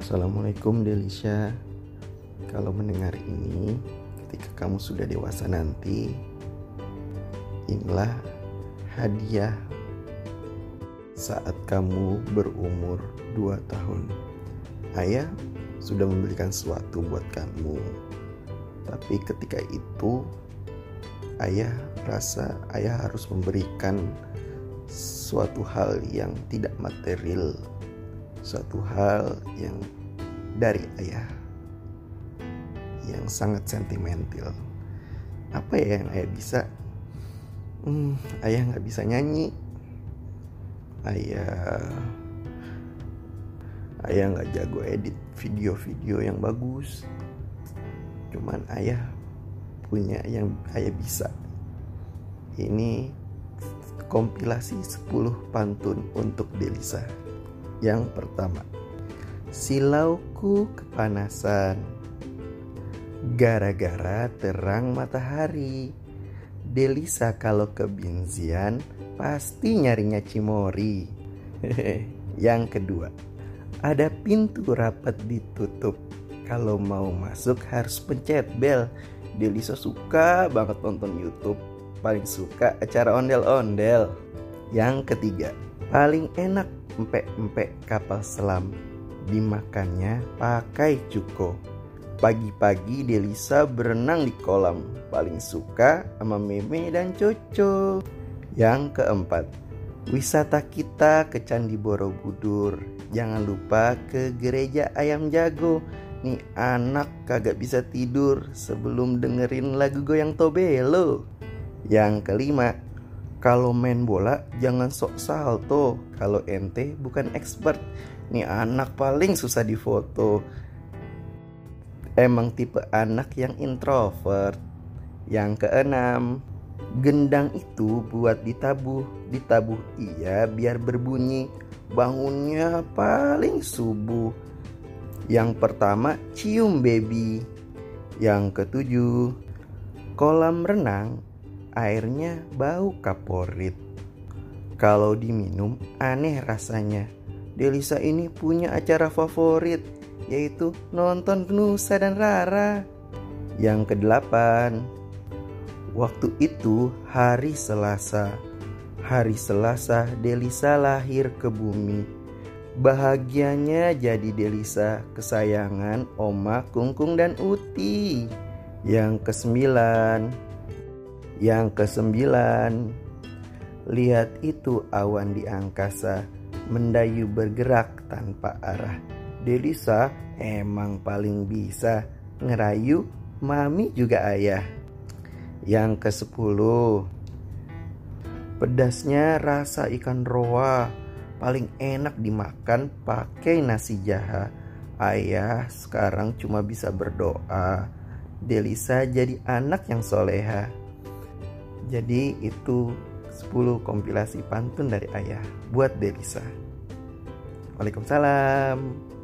Assalamualaikum Delisha. Kalau mendengar ini ketika kamu sudah dewasa nanti, inilah hadiah saat kamu berumur 2 tahun. Ayah sudah membelikan sesuatu buat kamu, tapi ketika itu ayah rasa ayah harus memberikan suatu hal yang tidak material, suatu hal yang dari ayah yang sangat sentimental. Apa ya yang ayah bisa? Ayah nggak bisa nyanyi. Ayah nggak jago edit video-video yang bagus. Cuman ayah punya yang ayah bisa. Ini kompilasi 10 pantun untuk Delisa. Yang pertama, silauku kepanasan gara-gara terang matahari. Delisa kalau ke Binzian pasti nyarinya Cimory. Yang kedua, ada pintu rapat ditutup, kalau mau masuk harus pencet bel. Delisa suka banget nonton YouTube, paling suka acara ondel-ondel. Yang ketiga, paling enak empek-empek kapal selam, dimakannya pakai cuko. Pagi-pagi Delisa berenang di kolam, paling suka sama Meme dan Coco. Yang keempat, wisata kita ke Candi Borobudur, jangan lupa ke gereja Ayam Jago. Nih anak kagak bisa tidur sebelum dengerin lagu Goyang Tobelo. Yang kelima, kalau main bola jangan sok salto, kalau ente bukan expert. Nih anak paling susah difoto, emang tipe anak yang introvert. Yang keenam, gendang itu buat ditabuh iya biar berbunyi, bangunnya paling subuh. Yang pertama, cium baby. Yang ketujuh, kolam renang airnya bau kaporit, kalau diminum aneh rasanya. Delisa ini punya acara favorit, yaitu nonton Nusa dan Rara. Yang kedelapan, waktu itu hari Selasa. Hari Selasa Delisa lahir ke bumi. Bahagianya jadi Delisa kesayangan Oma, Kungkung, dan Uti. Yang kesembilan, lihat itu awan di angkasa, mendayu bergerak tanpa arah. Delisa emang paling bisa ngerayu mami juga ayah. Yang kesepuluh, pedasnya rasa ikan roa, paling enak dimakan pakai nasi jaha. Ayah sekarang cuma bisa berdoa Delisa jadi anak yang soleha. Jadi itu 10 kompilasi pantun dari ayah buat Delisa. Waalaikumsalam.